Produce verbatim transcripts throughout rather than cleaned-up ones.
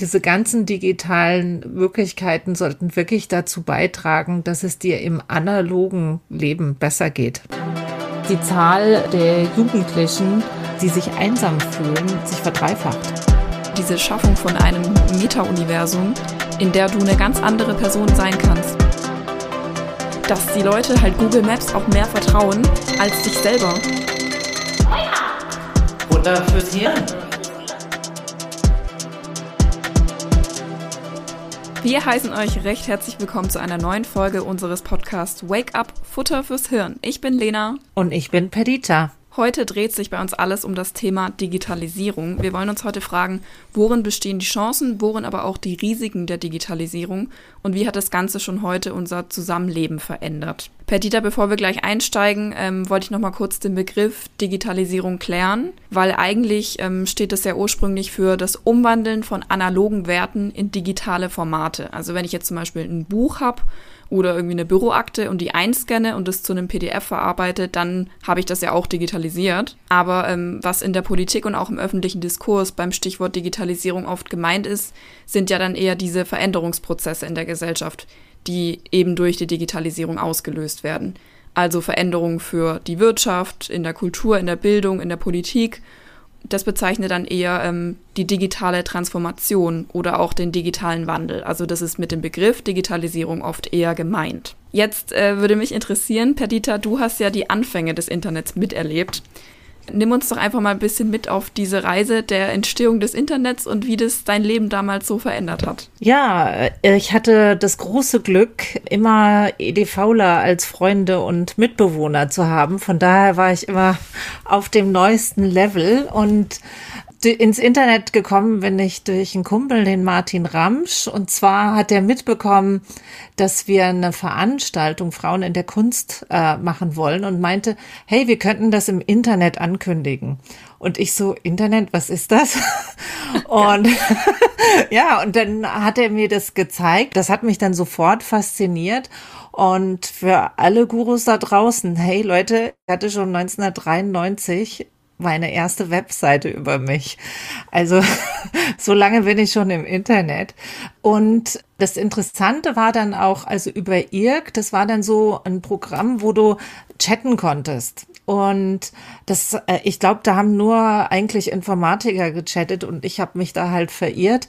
Diese ganzen digitalen Möglichkeiten sollten wirklich dazu beitragen, dass es dir im analogen Leben besser geht. Die Zahl der Jugendlichen, die sich einsam fühlen, sich verdreifacht. Diese Schaffung von einem Meta-Universum, in der du eine ganz andere Person sein kannst. Dass die Leute halt Google Maps auch mehr vertrauen als dich selber. Futter fürs Hirn. Wir heißen euch recht herzlich willkommen zu einer neuen Folge unseres Podcasts Wake Up, Futter fürs Hirn. Ich bin Lena. Und ich bin Perdita. Heute dreht sich bei uns alles um das Thema Digitalisierung. Wir wollen uns heute fragen, worin bestehen die Chancen, worin aber auch die Risiken der Digitalisierung und wie hat das Ganze schon heute unser Zusammenleben verändert. Perdita, bevor wir gleich einsteigen, ähm, wollte ich noch mal kurz den Begriff Digitalisierung klären, weil eigentlich ähm, steht das ja ursprünglich für das Umwandeln von analogen Werten in digitale Formate. Also wenn ich jetzt zum Beispiel ein Buch habe, oder irgendwie eine Büroakte und die einscanne und das zu einem P D F verarbeite, dann habe ich das ja auch digitalisiert. Aber ähm, was in der Politik und auch im öffentlichen Diskurs beim Stichwort Digitalisierung oft gemeint ist, sind ja dann eher diese Veränderungsprozesse in der Gesellschaft, die eben durch die Digitalisierung ausgelöst werden. Also Veränderungen für die Wirtschaft, in der Kultur, in der Bildung, in der Politik. Das bezeichnet dann eher ähm, die digitale Transformation oder auch den digitalen Wandel. Also das ist mit dem Begriff Digitalisierung oft eher gemeint. Jetzt äh, würde mich interessieren, Perdita, du hast ja die Anfänge des Internets miterlebt. Nimm uns doch einfach mal ein bisschen mit auf diese Reise der Entstehung des Internets und wie das dein Leben damals so verändert hat. Ja, ich hatte das große Glück, immer EDVler als Freunde und Mitbewohner zu haben. Von daher war ich immer auf dem neuesten Level und ins Internet gekommen bin ich durch einen Kumpel, den Martin Ramsch. Und zwar hat er mitbekommen, dass wir eine Veranstaltung Frauen in der Kunst äh, machen wollen und meinte, hey, wir könnten das im Internet ankündigen. Und ich so, Internet, was ist das? Und ja, und dann hat er mir das gezeigt. Das hat mich dann sofort fasziniert. Und für alle Gurus da draußen, hey Leute, ich hatte schon neunzehnhundertdreiundneunzig meine erste Webseite über mich. Also so lange bin ich schon im Internet. Und das Interessante war dann auch, also über I R C, das war dann so ein Programm, wo du chatten konntest. Und das, ich glaube, da haben nur eigentlich Informatiker gechattet und ich habe mich da halt verirrt.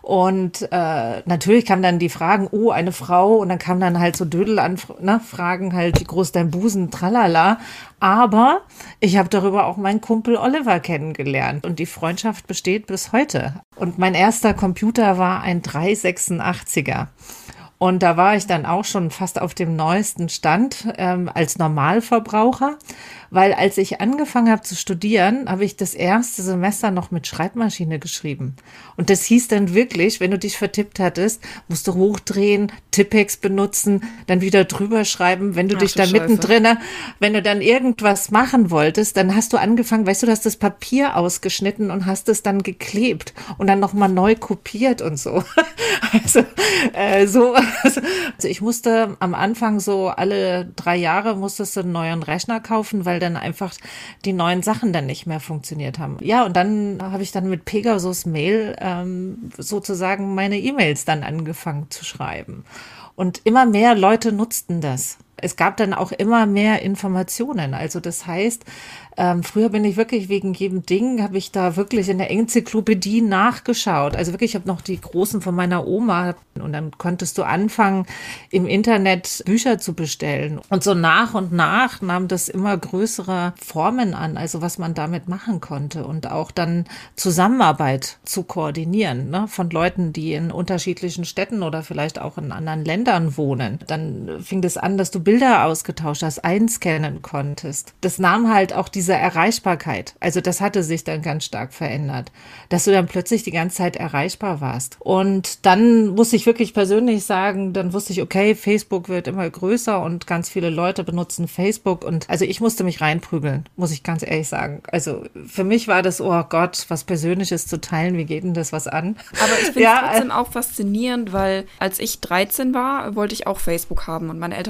Und äh, natürlich kamen dann die Fragen, oh, eine Frau, und dann kamen dann halt so Dödel-Fragen, halt, wie groß dein Busen, tralala. Aber ich habe darüber auch meinen Kumpel Oliver kennengelernt und die Freundschaft besteht bis heute. Und mein erster Computer war ein dreihundertsechsundachtziger. Und da war ich dann auch schon fast auf dem neuesten Stand ähm, als Normalverbraucher, weil als ich angefangen habe zu studieren, habe ich das erste Semester noch mit Schreibmaschine geschrieben. Und das hieß dann wirklich, wenn du dich vertippt hattest, musst du hochdrehen, Tippex benutzen, dann wieder drüber schreiben. Wenn du Ach, dich dann mittendrin, wenn du dann irgendwas machen wolltest, dann hast du angefangen, weißt du, du hast das Papier ausgeschnitten und hast es dann geklebt und dann nochmal neu kopiert und so. Also äh, so. Also ich musste am Anfang so alle drei Jahre musstest du einen neuen Rechner kaufen, weil dann einfach die neuen Sachen dann nicht mehr funktioniert haben. Ja, und dann habe ich dann mit Pegasus Mail ähm, sozusagen meine E-Mails dann angefangen zu schreiben. Und immer mehr Leute nutzten das. Es gab dann auch immer mehr Informationen. Also das heißt, ähm, früher bin ich wirklich wegen jedem Ding, habe ich da wirklich in der Enzyklopädie nachgeschaut. Also wirklich, ich habe noch die großen von meiner Oma und dann konntest du anfangen, im Internet Bücher zu bestellen. Und so nach und nach nahm das immer größere Formen an, also was man damit machen konnte und auch dann Zusammenarbeit zu koordinieren, ne, von Leuten, die in unterschiedlichen Städten oder vielleicht auch in anderen Ländern wohnen. Dann fing das an, dass du Bilder ausgetauscht hast, einscannen konntest. Das nahm halt auch diese Erreichbarkeit. Also das hatte sich dann ganz stark verändert, dass du dann plötzlich die ganze Zeit erreichbar warst. Und dann musste ich wirklich persönlich sagen, dann wusste ich, okay, Facebook wird immer größer und ganz viele Leute benutzen Facebook. Und also ich musste mich reinprügeln, muss ich ganz ehrlich sagen. Also für mich war das, oh Gott, was Persönliches zu teilen, wie geht denn das was an? Aber ich finde es ja, trotzdem auch faszinierend, weil als ich dreizehn war, wollte ich auch Facebook haben und meine Eltern haben auch gesagt,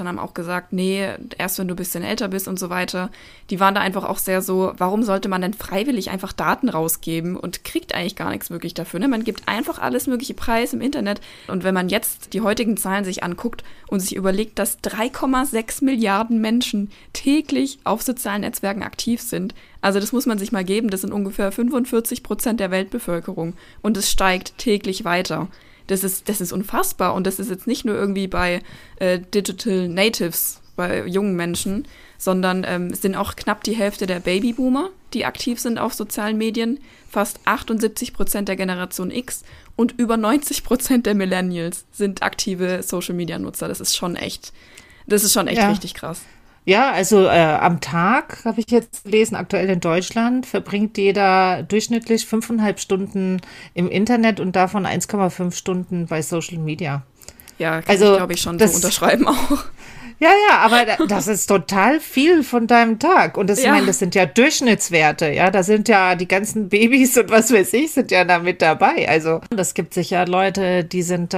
gesagt, nee, erst wenn du ein bisschen älter bist und so weiter. Die waren da einfach auch sehr so, warum sollte man denn freiwillig einfach Daten rausgeben und kriegt eigentlich gar nichts wirklich dafür, ne? Man gibt einfach alles mögliche preis im Internet. Und wenn man jetzt die heutigen Zahlen sich anguckt und sich überlegt, dass drei Komma sechs Milliarden Menschen täglich auf sozialen Netzwerken aktiv sind, also das muss man sich mal geben, das sind ungefähr fünfundvierzig Prozent der Weltbevölkerung und es steigt täglich weiter. Das ist, das ist unfassbar und das ist jetzt nicht nur irgendwie bei äh, Digital Natives, bei jungen Menschen, sondern ähm, es sind auch knapp die Hälfte der Babyboomer, die aktiv sind auf sozialen Medien, fast achtundsiebzig Prozent der Generation X und über neunzig Prozent der Millennials sind aktive Social-Media-Nutzer. Das ist schon echt, das ist schon echt Ja. richtig krass. Ja, also äh, am Tag, habe ich jetzt gelesen, aktuell in Deutschland, verbringt jeder durchschnittlich fünfeinhalb Stunden im Internet und davon eins Komma fünf Stunden bei Social Media. Ja, kann Also, ich, glaube ich, schon das- so unterschreiben auch. Ja, ja, aber da- das ist total viel von deinem Tag. Und das, Ja. ich meine, das sind ja Durchschnittswerte, ja. Da sind ja die ganzen Babys und was weiß ich, sind ja da mit dabei. Also, das gibt sicher Leute, die sind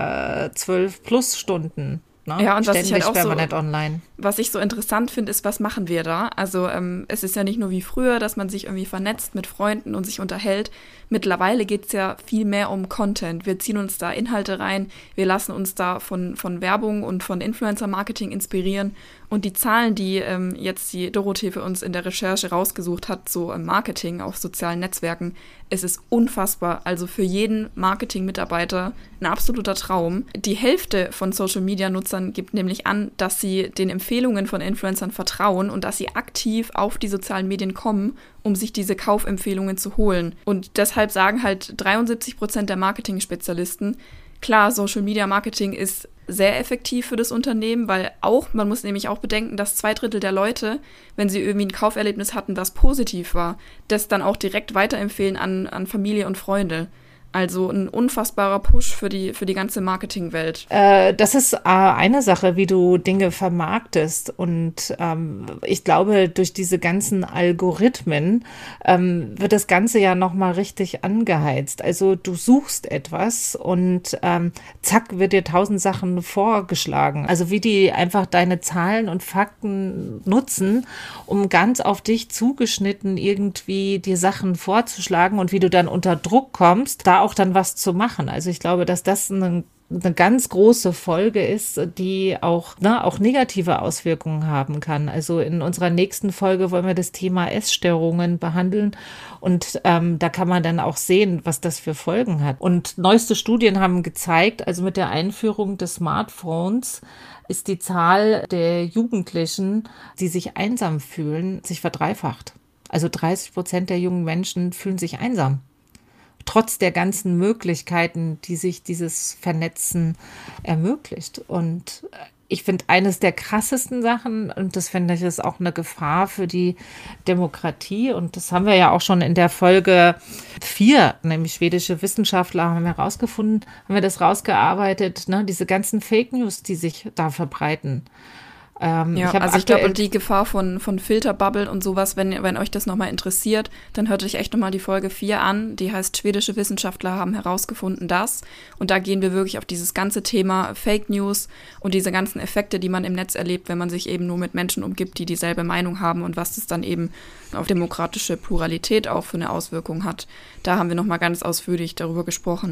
da zwölf plus Stunden. Ne? Ja, und was ich Ständig halt auch so- permanent online. Was ich so interessant finde, ist, was machen wir da? Also ähm, es ist ja nicht nur wie früher, dass man sich irgendwie vernetzt mit Freunden und sich unterhält. Mittlerweile geht es ja viel mehr um Content. Wir ziehen uns da Inhalte rein, wir lassen uns da von, von Werbung und von Influencer-Marketing inspirieren. Und die Zahlen, die ähm, jetzt die Dorothee für uns in der Recherche rausgesucht hat, so im Marketing auf sozialen Netzwerken, es ist unfassbar. Also für jeden Marketing-Mitarbeiter ein absoluter Traum. Die Hälfte von Social-Media-Nutzern gibt nämlich an, dass sie den Empfehlungen von Influencern vertrauen und dass sie aktiv auf die sozialen Medien kommen, um sich diese Kaufempfehlungen zu holen. Und deshalb sagen halt dreiundsiebzig Prozent der Marketing-Spezialisten, klar, Social-Media-Marketing ist sehr effektiv für das Unternehmen, weil auch, man muss nämlich auch bedenken, dass zwei Drittel der Leute, wenn sie irgendwie ein Kauferlebnis hatten, was positiv war, das dann auch direkt weiterempfehlen an, an Familie und Freunde. Also ein unfassbarer Push für die, für die ganze Marketingwelt. Äh, das ist äh, eine Sache, wie du Dinge vermarktest. Und ähm, ich glaube, durch diese ganzen Algorithmen ähm, wird das Ganze ja nochmal richtig angeheizt. Also du suchst etwas und ähm, zack, wird dir tausend Sachen vorgeschlagen. Also wie die einfach deine Zahlen und Fakten nutzen, um ganz auf dich zugeschnitten irgendwie dir Sachen vorzuschlagen und wie du dann unter Druck kommst, da auch dann was zu machen. Also ich glaube, dass das eine, eine ganz große Folge ist, die auch, ne, auch negative Auswirkungen haben kann. Also in unserer nächsten Folge wollen wir das Thema Essstörungen behandeln und ähm, da kann man dann auch sehen, was das für Folgen hat. Und neueste Studien haben gezeigt, also mit der Einführung des Smartphones ist die Zahl der Jugendlichen, die sich einsam fühlen, sich verdreifacht. Also dreißig Prozent der jungen Menschen fühlen sich einsam. Trotz der ganzen Möglichkeiten, die sich dieses Vernetzen ermöglicht. Und ich finde, eines der krassesten Sachen, und das finde ich ist auch eine Gefahr für die Demokratie, und das haben wir ja auch schon in der Folge vier, nämlich schwedische Wissenschaftler haben herausgefunden, haben wir das rausgearbeitet, ne, diese ganzen Fake News, die sich da verbreiten. Ähm, Ja, ich hab also ich glaube, aktuell- die Gefahr von, von Filterbubble und sowas, wenn, wenn euch das nochmal interessiert, dann hört euch echt nochmal die Folge vier an. Die heißt Schwedische Wissenschaftler haben herausgefunden, dass. Und da gehen wir wirklich auf dieses ganze Thema Fake News und diese ganzen Effekte, die man im Netz erlebt, wenn man sich eben nur mit Menschen umgibt, die dieselbe Meinung haben und was das dann eben auf demokratische Pluralität auch für eine Auswirkung hat. Da haben wir nochmal ganz ausführlich darüber gesprochen.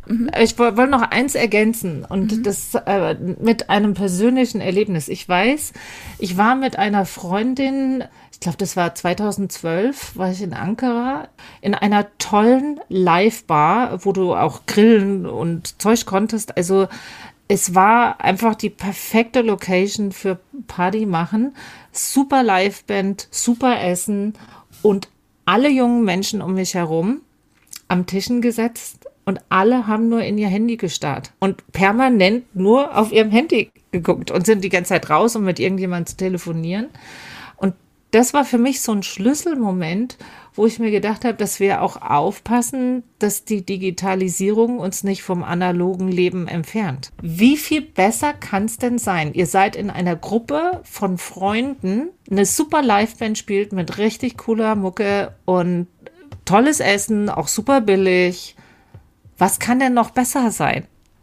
Ich wollte noch eins ergänzen und das äh, mit einem persönlichen Erlebnis. Ich weiß, ich war mit einer Freundin, ich glaube, das war zweitausendzwölf, war ich in Ankara, in einer tollen Live-Bar, wo du auch grillen und Zeug konntest. Also es war einfach die perfekte Location für Party machen. Super Liveband, super Essen und alle jungen Menschen um mich herum am Tischen gesetzt und alle haben nur in ihr Handy gestarrt und permanent nur auf ihrem Handy geguckt und sind die ganze Zeit raus, um mit irgendjemandem zu telefonieren. Und das war für mich so ein Schlüsselmoment, wo ich mir gedacht habe, dass wir auch aufpassen, dass die Digitalisierung uns nicht vom analogen Leben entfernt. Wie viel besser kann es denn sein? Ihr seid in einer Gruppe von Freunden, eine super Liveband spielt mit richtig cooler Mucke und tolles Essen, auch super billig. Was kann denn noch besser sein?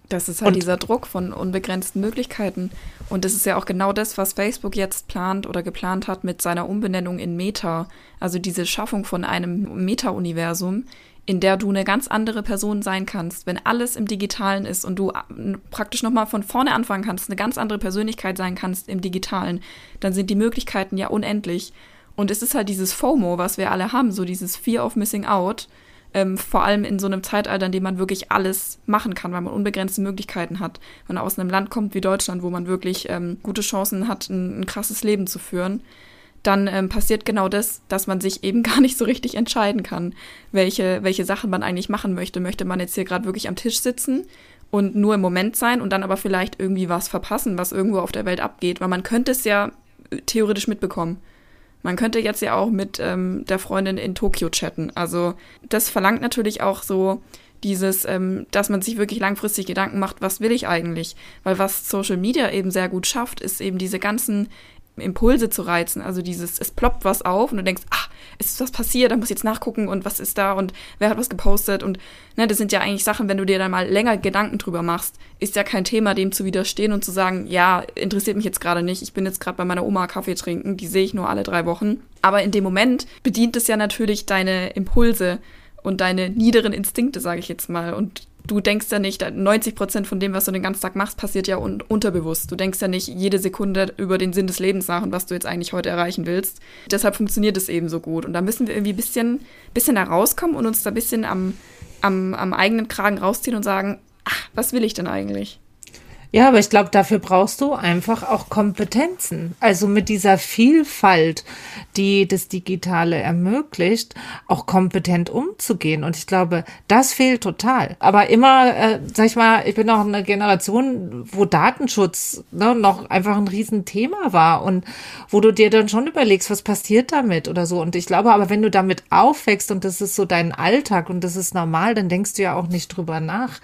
Das ist halt Und dieser Druck von unbegrenzten Möglichkeiten. Und das ist ja auch genau das, was Facebook jetzt plant oder geplant hat mit seiner Umbenennung in Meta. Also diese Schaffung von einem Meta-Universum, in der du eine ganz andere Person sein kannst. Wenn alles im Digitalen ist und du praktisch nochmal von vorne anfangen kannst, eine ganz andere Persönlichkeit sein kannst im Digitalen, dann sind die Möglichkeiten ja unendlich. Und es ist halt dieses FOMO, was wir alle haben, so dieses Fear of Missing Out, ähm, vor allem in so einem Zeitalter, in dem man wirklich alles machen kann, weil man unbegrenzte Möglichkeiten hat. Wenn man aus einem Land kommt wie Deutschland, wo man wirklich ähm, gute Chancen hat, ein, ein krasses Leben zu führen, dann ähm, passiert genau das, dass man sich eben gar nicht so richtig entscheiden kann, welche, welche Sachen man eigentlich machen möchte. Möchte man jetzt hier gerade wirklich am Tisch sitzen und nur im Moment sein und dann aber vielleicht irgendwie was verpassen, was irgendwo auf der Welt abgeht, weil man könnte es ja theoretisch mitbekommen. Man könnte jetzt ja auch mit ähm, der Freundin in Tokio chatten. Also das verlangt natürlich auch so dieses, ähm, dass man sich wirklich langfristig Gedanken macht, was will ich eigentlich? Weil was Social Media eben sehr gut schafft, ist eben diese ganzen Impulse zu reizen. Also dieses, es ploppt was auf und du denkst, ach, es ist was passiert, da muss ich jetzt nachgucken und was ist da und wer hat was gepostet und ne, das sind ja eigentlich Sachen, wenn du dir dann mal länger Gedanken drüber machst, ist ja kein Thema, dem zu widerstehen und zu sagen, ja, interessiert mich jetzt gerade nicht, ich bin jetzt gerade bei meiner Oma Kaffee trinken, die sehe ich nur alle drei Wochen. Aber in dem Moment bedient es ja natürlich deine Impulse und deine niederen Instinkte, sage ich jetzt mal, und du denkst ja nicht, neunzig Prozent von dem, was du den ganzen Tag machst, passiert ja un- unterbewusst. Du denkst ja nicht jede Sekunde über den Sinn des Lebens nach und was du jetzt eigentlich heute erreichen willst. Deshalb funktioniert es eben so gut. Und da müssen wir irgendwie ein bisschen, bisschen da rauskommen und uns da ein bisschen am, am, am eigenen Kragen rausziehen und sagen, ach, was will ich denn eigentlich? Ja, aber ich glaube, dafür brauchst du einfach auch Kompetenzen. Also mit dieser Vielfalt, die das Digitale ermöglicht, auch kompetent umzugehen. Und ich glaube, das fehlt total. Aber immer, äh, sag ich mal, ich bin auch eine Generation, wo Datenschutz ne, noch einfach ein Riesenthema war und wo du dir dann schon überlegst, was passiert damit oder so. Und ich glaube aber, wenn du damit aufwächst und das ist so dein Alltag und das ist normal, dann denkst du ja auch nicht drüber nach.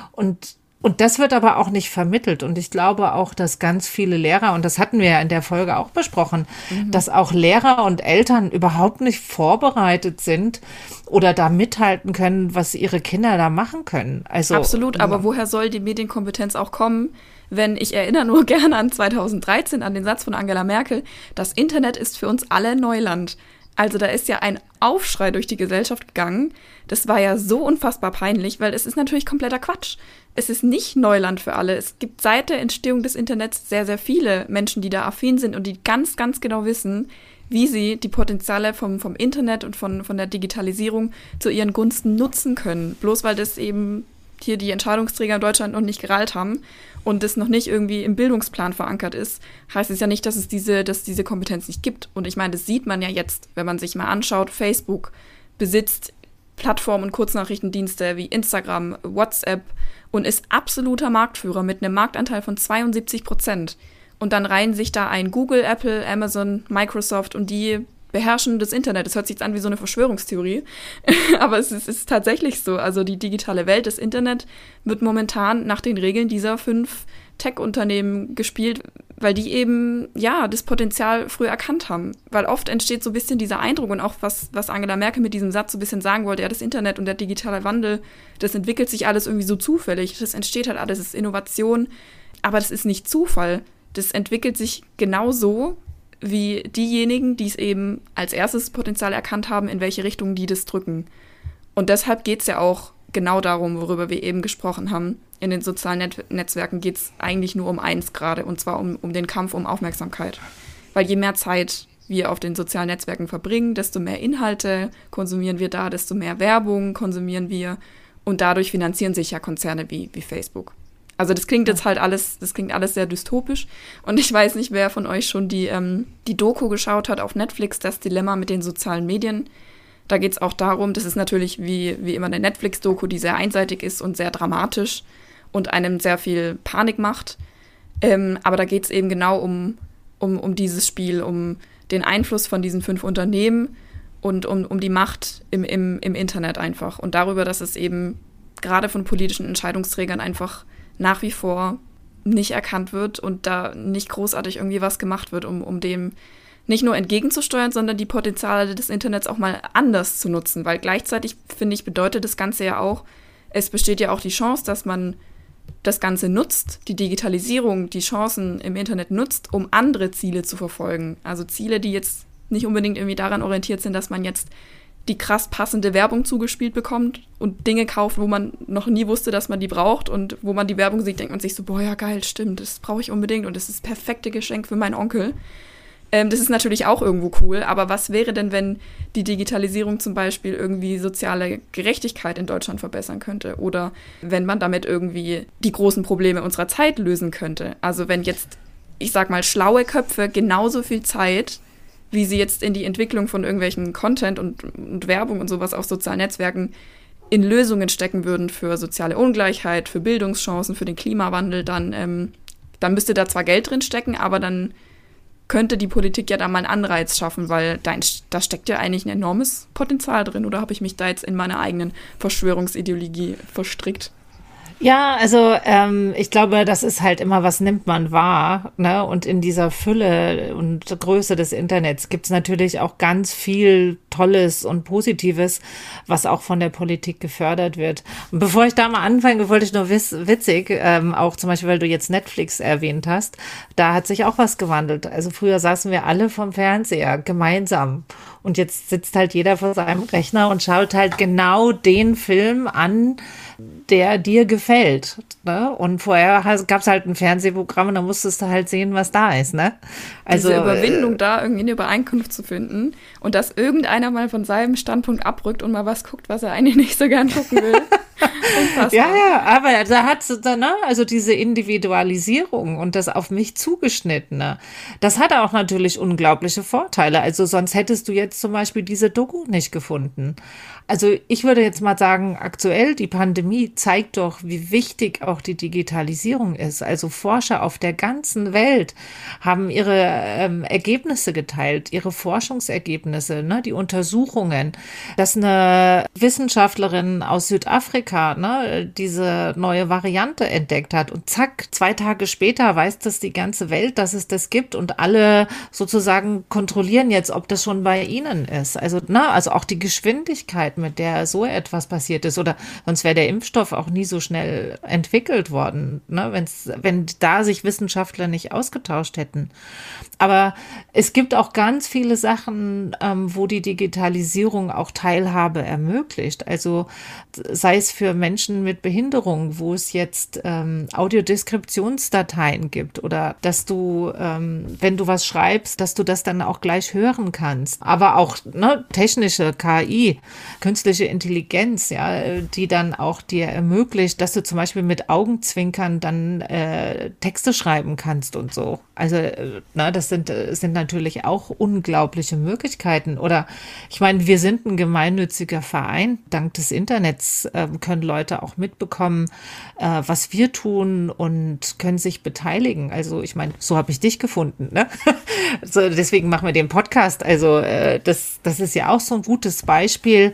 Und Und das wird aber auch nicht vermittelt. Und ich glaube auch, dass ganz viele Lehrer, und das hatten wir ja in der Folge auch besprochen, mhm. dass auch Lehrer und Eltern überhaupt nicht vorbereitet sind oder da mithalten können, was ihre Kinder da machen können. Also, absolut, aber woher soll die Medienkompetenz auch kommen, wenn ich erinnere nur gerne an zweitausenddreizehn, an den Satz von Angela Merkel, das Internet ist für uns alle Neuland. Also da ist ja ein Aufschrei durch die Gesellschaft gegangen. Das war ja so unfassbar peinlich, weil es ist natürlich kompletter Quatsch. Es ist nicht Neuland für alle. Es gibt seit der Entstehung des Internets sehr, sehr viele Menschen, die da affin sind und die ganz, ganz genau wissen, wie sie die Potenziale vom, vom Internet und von, von der Digitalisierung zu ihren Gunsten nutzen können. Bloß weil das eben hier die Entscheidungsträger in Deutschland noch nicht gerallt haben und das noch nicht irgendwie im Bildungsplan verankert ist, heißt es ja nicht, dass es diese, dass diese Kompetenz nicht gibt. Und ich meine, das sieht man ja jetzt, wenn man sich mal anschaut, Facebook besitzt Plattformen und Kurznachrichtendienste wie Instagram, WhatsApp und ist absoluter Marktführer mit einem Marktanteil von zweiundsiebzig Prozent. Und dann reihen sich da ein Google, Apple, Amazon, Microsoft und die beherrschen das Internet. Das hört sich jetzt an wie so eine Verschwörungstheorie, aber es ist, es ist tatsächlich so. Also die digitale Welt, das Internet wird momentan nach den Regeln dieser fünf Tech-Unternehmen gespielt, weil die eben, ja, das Potenzial früh erkannt haben. Weil oft entsteht so ein bisschen dieser Eindruck und auch was, was Angela Merkel mit diesem Satz so ein bisschen sagen wollte, ja, das Internet und der digitale Wandel, das entwickelt sich alles irgendwie so zufällig. Das entsteht halt alles, das ist Innovation, aber das ist nicht Zufall. Das entwickelt sich genauso wie diejenigen, die es eben als erstes Potenzial erkannt haben, in welche Richtung die das drücken. Und deshalb geht es ja auch genau darum, worüber wir eben gesprochen haben. In den sozialen Net- Netzwerken geht es eigentlich nur um eins gerade, und zwar um, um den Kampf um Aufmerksamkeit. Weil je mehr Zeit wir auf den sozialen Netzwerken verbringen, desto mehr Inhalte konsumieren wir da, desto mehr Werbung konsumieren wir und dadurch finanzieren sich ja Konzerne wie, wie Facebook. Also das klingt jetzt halt alles, das klingt alles sehr dystopisch. Und ich weiß nicht, wer von euch schon die, ähm, die Doku geschaut hat auf Netflix, das Dilemma mit den sozialen Medien. Da geht es auch darum, das ist natürlich wie, wie immer eine Netflix-Doku, die sehr einseitig ist und sehr dramatisch und einem sehr viel Panik macht. Ähm, aber da geht es eben genau um, um, um dieses Spiel, um den Einfluss von diesen fünf Unternehmen und um, um die Macht im, im, im Internet einfach. Und darüber, dass es eben gerade von politischen Entscheidungsträgern einfach nach wie vor nicht erkannt wird und da nicht großartig irgendwie was gemacht wird, um, um dem nicht nur entgegenzusteuern, sondern die Potenziale des Internets auch mal anders zu nutzen. Weil gleichzeitig, finde ich, bedeutet das Ganze ja auch, es besteht ja auch die Chance, dass man das Ganze nutzt, die Digitalisierung, die Chancen im Internet nutzt, um andere Ziele zu verfolgen. Also Ziele, die jetzt nicht unbedingt irgendwie daran orientiert sind, dass man jetzt die krass passende Werbung zugespielt bekommt und Dinge kauft, wo man noch nie wusste, dass man die braucht, und wo man die Werbung sieht, denkt man sich so, boah, ja geil, stimmt, das brauche ich unbedingt und das ist das perfekte Geschenk für meinen Onkel. Ähm, das ist natürlich auch irgendwo cool, aber was wäre denn, wenn die Digitalisierung zum Beispiel irgendwie soziale Gerechtigkeit in Deutschland verbessern könnte, oder wenn man damit irgendwie die großen Probleme unserer Zeit lösen könnte? Also wenn jetzt, ich sag mal, schlaue Köpfe genauso viel Zeit, wie sie jetzt in die Entwicklung von irgendwelchen Content und, und Werbung und sowas auf sozialen Netzwerken in Lösungen stecken würden für soziale Ungleichheit, für Bildungschancen, für den Klimawandel, dann, ähm, dann müsste da zwar Geld drin stecken, aber dann könnte die Politik ja da mal einen Anreiz schaffen, weil da, da steckt ja eigentlich ein enormes Potenzial drin. Oder habe ich mich da jetzt in meiner eigenen Verschwörungsideologie verstrickt? Ja, also ähm, ich glaube, das ist halt immer, was nimmt man wahr, ne? Und in dieser Fülle und Größe des Internets gibt's natürlich auch ganz viel Tolles und Positives, was auch von der Politik gefördert wird. Und bevor ich da mal anfange, wollte ich nur wiss, witzig, ähm, auch zum Beispiel, weil du jetzt Netflix erwähnt hast, da hat sich auch was gewandelt. Also früher saßen wir alle vom Fernseher gemeinsam. Und jetzt sitzt halt jeder vor seinem Rechner und schaut halt genau den Film an, der dir gefällt. Ne? Und vorher gab es halt ein Fernsehprogramm und da musstest du halt sehen, was da ist. Ne? Also diese Überwindung, äh, da irgendwie eine Übereinkunft zu finden und dass irgendeiner mal von seinem Standpunkt abrückt und mal was guckt, was er eigentlich nicht so gern gucken will. Ja, ja, aber da hat ne, also diese Individualisierung und das auf mich zugeschnittene, das hat auch natürlich unglaubliche Vorteile. Also sonst hättest du jetzt zum Beispiel diese Doku nicht gefunden. Also ich würde jetzt mal sagen, aktuell die Pandemie zeigt doch, wie wichtig auch die Digitalisierung ist. Also Forscher auf der ganzen Welt haben ihre ähm, Ergebnisse geteilt, ihre Forschungsergebnisse, ne, die Untersuchungen, dass eine Wissenschaftlerin aus Südafrika ne, diese neue Variante entdeckt hat und zack, zwei Tage später weiß das die ganze Welt, dass es das gibt und alle sozusagen kontrollieren jetzt, ob das schon bei ihnen ist. Also, na, also auch die Geschwindigkeit, mit der so etwas passiert ist, oder sonst wäre der Impfstoff auch nie so schnell entwickelt worden, ne, wenn's, wenn da sich Wissenschaftler nicht ausgetauscht hätten. Aber es gibt auch ganz viele Sachen, ähm, wo die Digitalisierung auch Teilhabe ermöglicht. Also sei es für Menschen mit Behinderung, wo es jetzt ähm, Audiodeskriptionsdateien gibt oder dass du, ähm, wenn du was schreibst, dass du das dann auch gleich hören kannst. Aber auch ne, technische K I, künstliche Intelligenz, ja, die dann auch dir ermöglicht, dass du zum Beispiel mit Augenzwinkern dann äh, Texte schreiben kannst und so. Also äh, na, das sind, sind natürlich auch unglaubliche Möglichkeiten. Oder ich meine, wir sind ein gemeinnütziger Verein. Dank des Internets äh, können Leute auch mitbekommen, äh, was wir tun und können sich beteiligen. Also ich meine, so habe ich dich gefunden. Ne? So, deswegen machen wir den Podcast. Also äh, das, das ist ja auch so ein gutes Beispiel,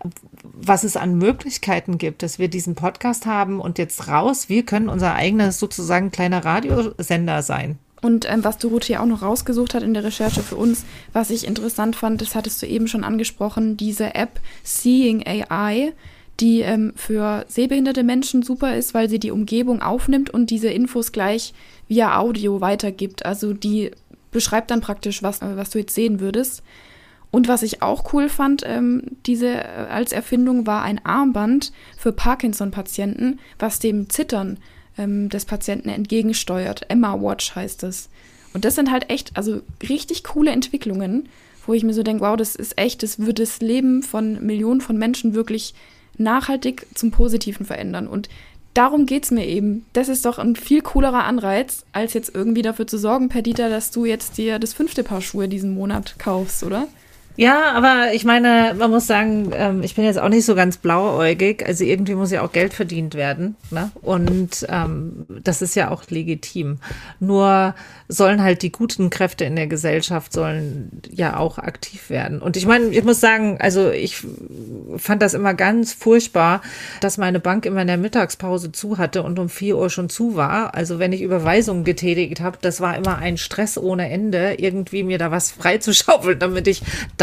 was es an Möglichkeiten gibt, dass wir diesen Podcast haben und jetzt raus. Wir können unser eigenes sozusagen kleiner Radiosender sein. Und ähm, was Dorothea auch noch rausgesucht hat in der Recherche für uns, was ich interessant fand, das hattest du eben schon angesprochen, diese App Seeing A I, die ähm, für sehbehinderte Menschen super ist, weil sie die Umgebung aufnimmt und diese Infos gleich via Audio weitergibt. Also die beschreibt dann praktisch, was, äh, was du jetzt sehen würdest. Und was ich auch cool fand, ähm, diese äh, als Erfindung war ein Armband für Parkinson-Patienten, was dem Zittern ähm, des Patienten entgegensteuert. Emma Watch heißt es. Und das sind halt echt, also richtig coole Entwicklungen, wo ich mir so denke, wow, das ist echt, das wird das Leben von Millionen von Menschen wirklich nachhaltig zum Positiven verändern. Und darum geht's mir eben. Das ist doch ein viel coolerer Anreiz, als jetzt irgendwie dafür zu sorgen, Perdita, dass du jetzt dir das fünfte Paar Schuhe diesen Monat kaufst, oder? Ja, aber ich meine, man muss sagen, ähm, ich bin jetzt auch nicht so ganz blauäugig. Also irgendwie muss ja auch Geld verdient werden, ne? Und ähm, das ist ja auch legitim. Nur sollen halt die guten Kräfte in der Gesellschaft sollen ja auch aktiv werden. Und ich meine, ich muss sagen, also ich fand das immer ganz furchtbar, dass meine Bank immer in der Mittagspause zu hatte und um vier Uhr schon zu war. Also wenn ich Überweisungen getätigt habe, das war immer ein Stress ohne Ende, irgendwie mir da was freizuschaufeln, damit ich dann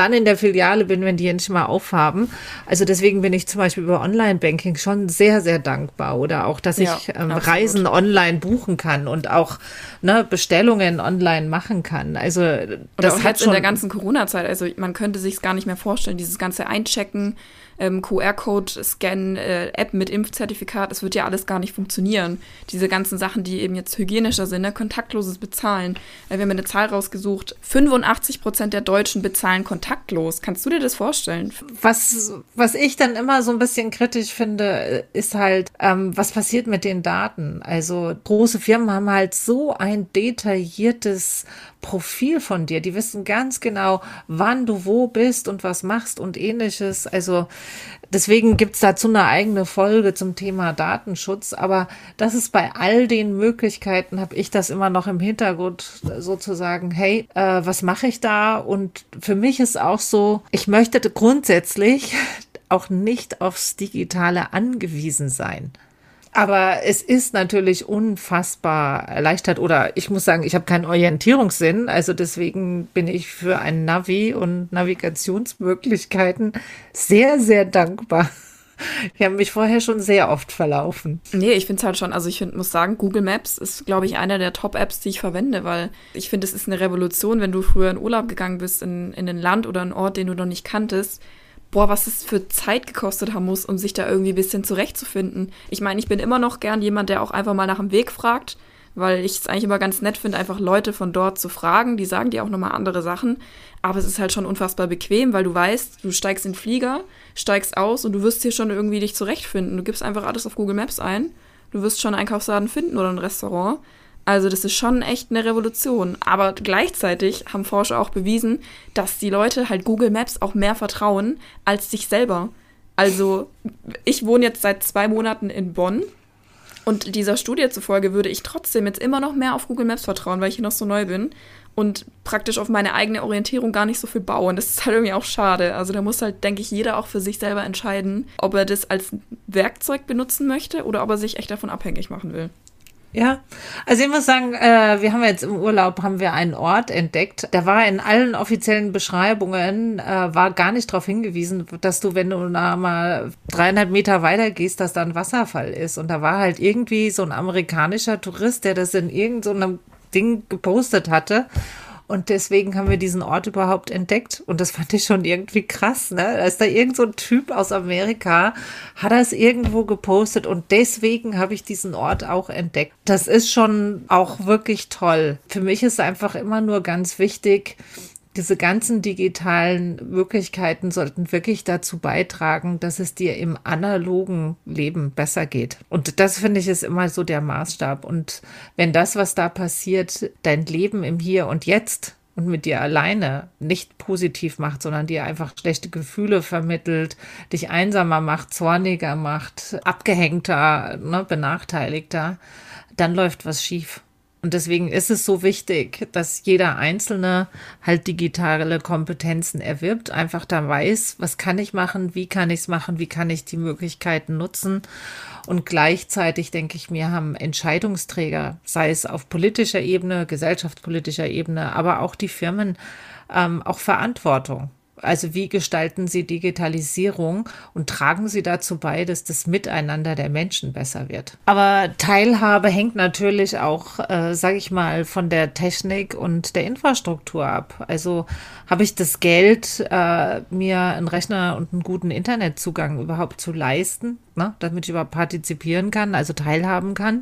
dann in der Filiale bin, wenn die endlich mal aufhaben. Also deswegen bin ich zum Beispiel über Online-Banking schon sehr, sehr dankbar. Oder auch, dass Ja, ich ähm, absolut. Reisen online buchen kann und auch ne, Bestellungen online machen kann. Also Oder das auch hat jetzt in schon der ganzen Corona-Zeit, also man könnte sich es gar nicht mehr vorstellen, dieses ganze Einchecken, ähm, Q R-Code, Scan, äh, App mit Impfzertifikat, das wird ja alles gar nicht funktionieren. Diese ganzen Sachen, die eben jetzt hygienischer sind, ne? Kontaktloses Bezahlen. Äh, wir haben eine Zahl rausgesucht, fünfundachtzig Prozent der Deutschen bezahlen kontaktlos. Kannst du dir das vorstellen? Was, was ich dann immer so ein bisschen kritisch finde, ist halt, ähm, was passiert mit den Daten? Also große Firmen haben halt so ein detailliertes Profil von dir. Die wissen ganz genau, wann du wo bist und was machst und ähnliches. Also deswegen gibt's dazu eine eigene Folge zum Thema Datenschutz. Aber das ist bei all den Möglichkeiten, habe ich das immer noch im Hintergrund sozusagen, hey, äh, was mache ich da? Und für mich ist auch so, ich möchte grundsätzlich auch nicht aufs Digitale angewiesen sein. Aber es ist natürlich unfassbar erleichtert oder ich muss sagen, ich habe keinen Orientierungssinn, also deswegen bin ich für ein Navi und Navigationsmöglichkeiten sehr, sehr dankbar. Ich habe mich vorher schon sehr oft verlaufen. Nee, ich finde es halt schon, also ich find, muss sagen, Google Maps ist, glaube ich, einer der Top-Apps, die ich verwende, weil ich finde, es ist eine Revolution, wenn du früher in Urlaub gegangen bist in, in ein Land oder einen Ort, den du noch nicht kanntest. Boah, was es für Zeit gekostet haben muss, um sich da irgendwie ein bisschen zurechtzufinden. Ich meine, ich bin immer noch gern jemand, der auch einfach mal nach dem Weg fragt, weil ich es eigentlich immer ganz nett finde, einfach Leute von dort zu fragen. Die sagen dir auch nochmal andere Sachen. Aber es ist halt schon unfassbar bequem, weil du weißt, du steigst in den Flieger, steigst aus und du wirst hier schon irgendwie dich zurechtfinden. Du gibst einfach alles auf Google Maps ein. Du wirst schon einen Einkaufsladen finden oder ein Restaurant. Also das ist schon echt eine Revolution. Aber gleichzeitig haben Forscher auch bewiesen, dass die Leute halt Google Maps auch mehr vertrauen als sich selber. Also ich wohne jetzt seit zwei Monaten in Bonn und dieser Studie zufolge würde ich trotzdem jetzt immer noch mehr auf Google Maps vertrauen, weil ich hier noch so neu bin und praktisch auf meine eigene Orientierung gar nicht so viel bauen. Das ist halt irgendwie auch schade. Also da muss halt, denke ich, jeder auch für sich selber entscheiden, ob er das als Werkzeug benutzen möchte oder ob er sich echt davon abhängig machen will. Ja, also ich muss sagen, äh, wir haben jetzt im Urlaub, haben wir einen Ort entdeckt. Der war in allen offiziellen Beschreibungen, äh, war gar nicht darauf hingewiesen, dass du, wenn du da mal dreieinhalb Meter weiter gehst, dass da ein Wasserfall ist. Und da war halt irgendwie so ein amerikanischer Tourist, der das in irgendeinem Ding gepostet hatte. Und deswegen haben wir diesen Ort überhaupt entdeckt. Und das fand ich schon irgendwie krass, ne? Da ist da irgend so ein Typ aus Amerika, hat das irgendwo gepostet und deswegen habe ich diesen Ort auch entdeckt. Das ist schon auch wirklich toll. Für mich ist einfach immer nur ganz wichtig, diese ganzen digitalen Möglichkeiten sollten wirklich dazu beitragen, dass es dir im analogen Leben besser geht. Und das, finde ich, ist immer so der Maßstab. Und wenn das, was da passiert, dein Leben im Hier und Jetzt und mit dir alleine nicht positiv macht, sondern dir einfach schlechte Gefühle vermittelt, dich einsamer macht, zorniger macht, abgehängter, ne, benachteiligter, dann läuft was schief. Und deswegen ist es so wichtig, dass jeder Einzelne halt digitale Kompetenzen erwirbt, einfach da weiß, was kann ich machen, wie kann ich es machen, wie kann ich die Möglichkeiten nutzen. Und gleichzeitig, denke ich mir, haben Entscheidungsträger, sei es auf politischer Ebene, gesellschaftspolitischer Ebene, aber auch die Firmen, ähm, auch Verantwortung. Also wie gestalten Sie Digitalisierung und tragen Sie dazu bei, dass das Miteinander der Menschen besser wird? Aber Teilhabe hängt natürlich auch, äh, sage ich mal, von der Technik und der Infrastruktur ab. Also habe ich das Geld, äh, mir einen Rechner und einen guten Internetzugang überhaupt zu leisten, ne, damit ich überhaupt partizipieren kann, also teilhaben kann.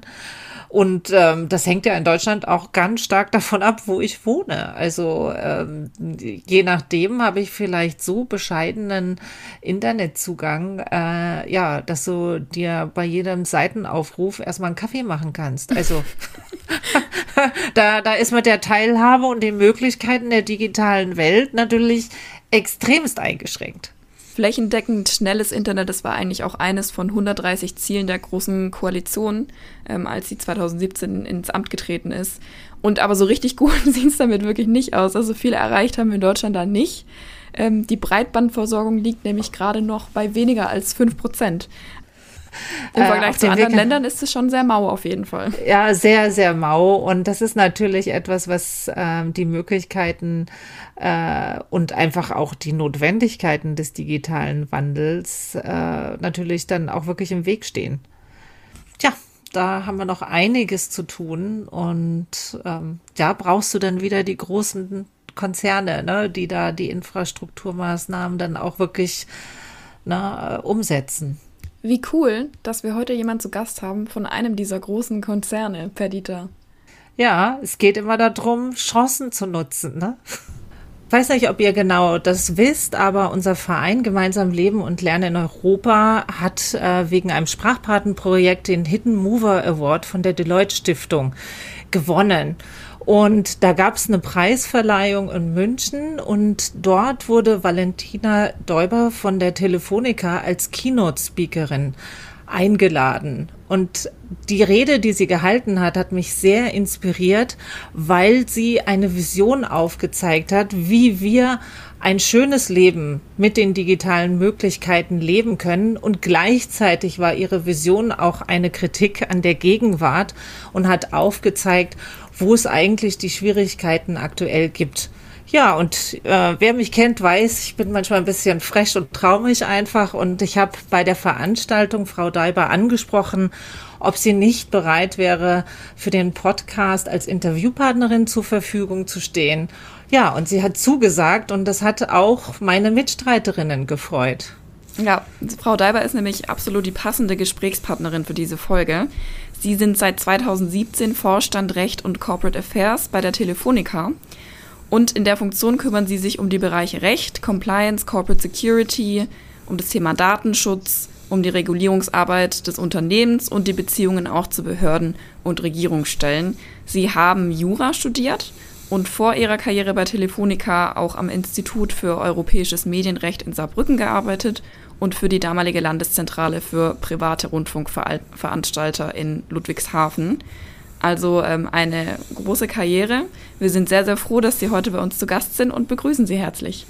Und ähm, das hängt ja in Deutschland auch ganz stark davon ab, wo ich wohne. Also ähm, je nachdem habe ich vielleicht so bescheidenen Internetzugang, äh, ja, dass du dir bei jedem Seitenaufruf erstmal einen Kaffee machen kannst. Also da, da ist mit der Teilhabe und den Möglichkeiten der digitalen Welt natürlich extremst eingeschränkt. Flächendeckend schnelles Internet, das war eigentlich auch eines von hundertdreißig Zielen der Großen Koalition, ähm, als sie zweitausendsiebzehn ins Amt getreten ist. Und aber so richtig gut sieht es damit wirklich nicht aus. Also viel erreicht haben wir in Deutschland da nicht. Ähm, die Breitbandversorgung liegt nämlich gerade noch bei weniger als fünf Prozent. Im Vergleich äh, zu anderen Weg, Ländern ist es schon sehr mau auf jeden Fall. Ja, sehr, sehr mau. Und das ist natürlich etwas, was äh, die Möglichkeiten äh, und einfach auch die Notwendigkeiten des digitalen Wandels äh, natürlich dann auch wirklich im Weg stehen. Tja, da haben wir noch einiges zu tun. Und ähm, da brauchst du dann wieder die großen Konzerne, ne, die da die Infrastrukturmaßnahmen dann auch wirklich na, umsetzen. Wie cool, dass wir heute jemanden zu Gast haben von einem dieser großen Konzerne, Perdita. Ja, es geht immer darum, Chancen zu nutzen. Ne? Ich weiß nicht, ob ihr genau das wisst, aber unser Verein Gemeinsam Leben und Lernen in Europa hat äh, wegen einem Sprachpatenprojekt den Hidden Mover Award von der Deloitte Stiftung gewonnen. Und da gab es eine Preisverleihung in München und dort wurde Valentina Deuber von der Telefonica als Keynote-Speakerin eingeladen. Und die Rede, die sie gehalten hat, hat mich sehr inspiriert, weil sie eine Vision aufgezeigt hat, wie wir ein schönes Leben mit den digitalen Möglichkeiten leben können. Und gleichzeitig war ihre Vision auch eine Kritik an der Gegenwart und hat aufgezeigt, wo es eigentlich die Schwierigkeiten aktuell gibt. Ja, und äh, wer mich kennt, weiß, ich bin manchmal ein bisschen frech und trau mich einfach. Und ich habe bei der Veranstaltung Frau Deuber angesprochen, ob sie nicht bereit wäre, für den Podcast als Interviewpartnerin zur Verfügung zu stehen. Ja, und sie hat zugesagt und das hat auch meine Mitstreiterinnen gefreut. Ja, Frau Deuber ist nämlich absolut die passende Gesprächspartnerin für diese Folge. Sie sind seit zweitausendsiebzehn Vorstand Recht und Corporate Affairs bei der Telefonica. Und in der Funktion kümmern sie sich um die Bereiche Recht, Compliance, Corporate Security, um das Thema Datenschutz, um die Regulierungsarbeit des Unternehmens und die Beziehungen auch zu Behörden und Regierungsstellen. Sie haben Jura studiert und vor ihrer Karriere bei Telefonica auch am Institut für Europäisches Medienrecht in Saarbrücken gearbeitet und für die damalige Landeszentrale für private Rundfunkveranstalter in Ludwigshafen. Also ähm, eine große Karriere. Wir sind sehr, sehr froh, dass Sie heute bei uns zu Gast sind und begrüßen Sie herzlich.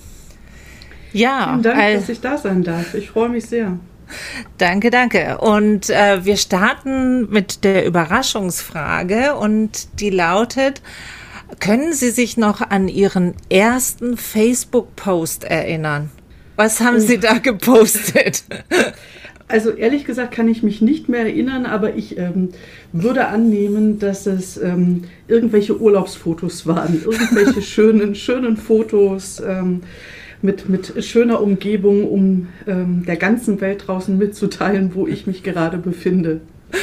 Ja, vielen Dank, äh, dass ich da sein darf. Ich freue mich sehr. Danke, danke. Und äh, wir starten mit der Überraschungsfrage und die lautet: Können Sie sich noch an Ihren ersten Facebook-Post erinnern? Was haben oh. Sie da gepostet? Also ehrlich gesagt kann ich mich nicht mehr erinnern, aber ich ähm, würde annehmen, dass es ähm, irgendwelche Urlaubsfotos waren, irgendwelche schönen, schönen Fotos ähm, mit, mit schöner Umgebung, um ähm, der ganzen Welt draußen mitzuteilen, wo ich mich gerade befinde.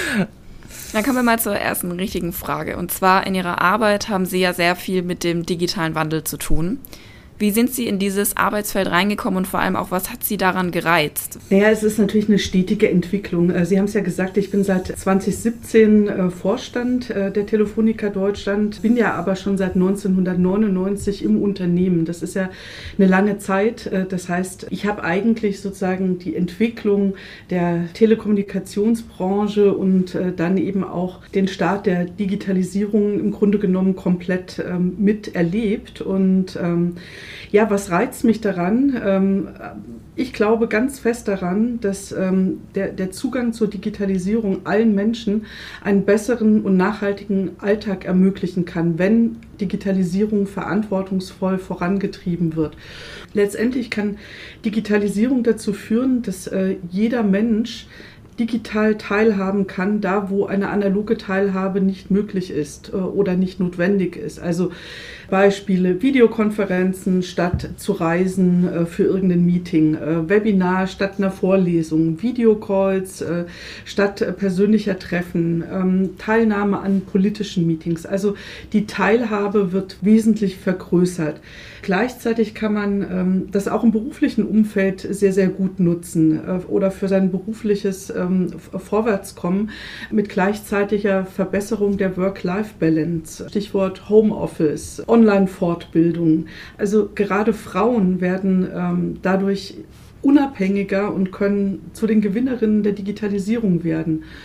Dann kommen wir mal zur ersten richtigen Frage. Und zwar in Ihrer Arbeit haben Sie ja sehr viel mit dem digitalen Wandel zu tun. Wie sind Sie in dieses Arbeitsfeld reingekommen und vor allem auch, was hat Sie daran gereizt? Naja, es ist natürlich eine stetige Entwicklung. Sie haben es ja gesagt, ich bin seit zweitausendsiebzehn äh, Vorstand äh, der Telefonica Deutschland, bin ja aber schon seit neunzehnhundertneunundneunzig im Unternehmen. Das ist ja eine lange Zeit. Äh, das heißt, ich habe eigentlich sozusagen die Entwicklung der Telekommunikationsbranche und äh, dann eben auch den Start der Digitalisierung im Grunde genommen komplett ähm, miterlebt. Und ähm, ja, was reizt mich daran? Ähm, ich glaube ganz fest daran, dass ähm, der, der Zugang zur Digitalisierung allen Menschen einen besseren und nachhaltigen Alltag ermöglichen kann, wenn Digitalisierung verantwortungsvoll vorangetrieben wird. Letztendlich kann Digitalisierung dazu führen, dass äh, jeder Mensch digital teilhaben kann, da wo eine analoge Teilhabe nicht möglich ist äh, oder nicht notwendig ist. Also Beispiele: Videokonferenzen statt zu reisen äh, für irgendein Meeting, äh, Webinar statt einer Vorlesung, Videocalls äh, statt äh, persönlicher Treffen, ähm, Teilnahme an politischen Meetings. Also die Teilhabe wird wesentlich vergrößert. Gleichzeitig kann man ähm, das auch im beruflichen Umfeld sehr, sehr gut nutzen äh, oder für sein berufliches ähm, Vorwärtskommen mit gleichzeitiger Verbesserung der Work-Life-Balance. Stichwort Homeoffice, Online-Fortbildung. Also gerade Frauen werden ähm, dadurch unabhängiger und können zu den Gewinnerinnen der Digitalisierung werden.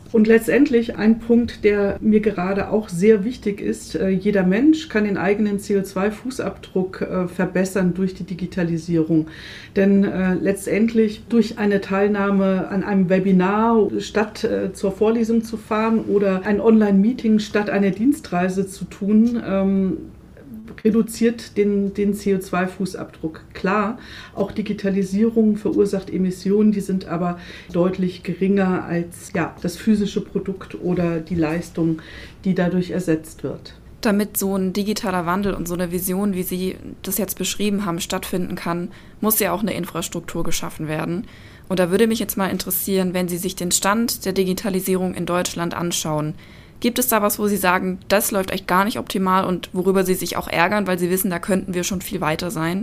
Und letztendlich ein Punkt, der mir gerade auch sehr wichtig ist, äh, jeder Mensch kann den eigenen C O zwei Fußabdruck äh, verbessern durch die Digitalisierung. Denn äh, letztendlich durch eine Teilnahme an einem Webinar statt äh, zur Vorlesung zu fahren oder ein Online-Meeting statt eine Dienstreise zu tun, ähm, reduziert den, den C O zwei Fußabdruck. Klar, auch Digitalisierung verursacht Emissionen, die sind aber deutlich geringer als ja, das physische Produkt oder die Leistung, die dadurch ersetzt wird. Damit so ein digitaler Wandel und so eine Vision, wie Sie das jetzt beschrieben haben, stattfinden kann, muss ja auch eine Infrastruktur geschaffen werden. Und da würde mich jetzt mal interessieren, wenn Sie sich den Stand der Digitalisierung in Deutschland anschauen. Gibt es da was, wo Sie sagen, das läuft echt gar nicht optimal und worüber Sie sich auch ärgern, weil Sie wissen, da könnten wir schon viel weiter sein?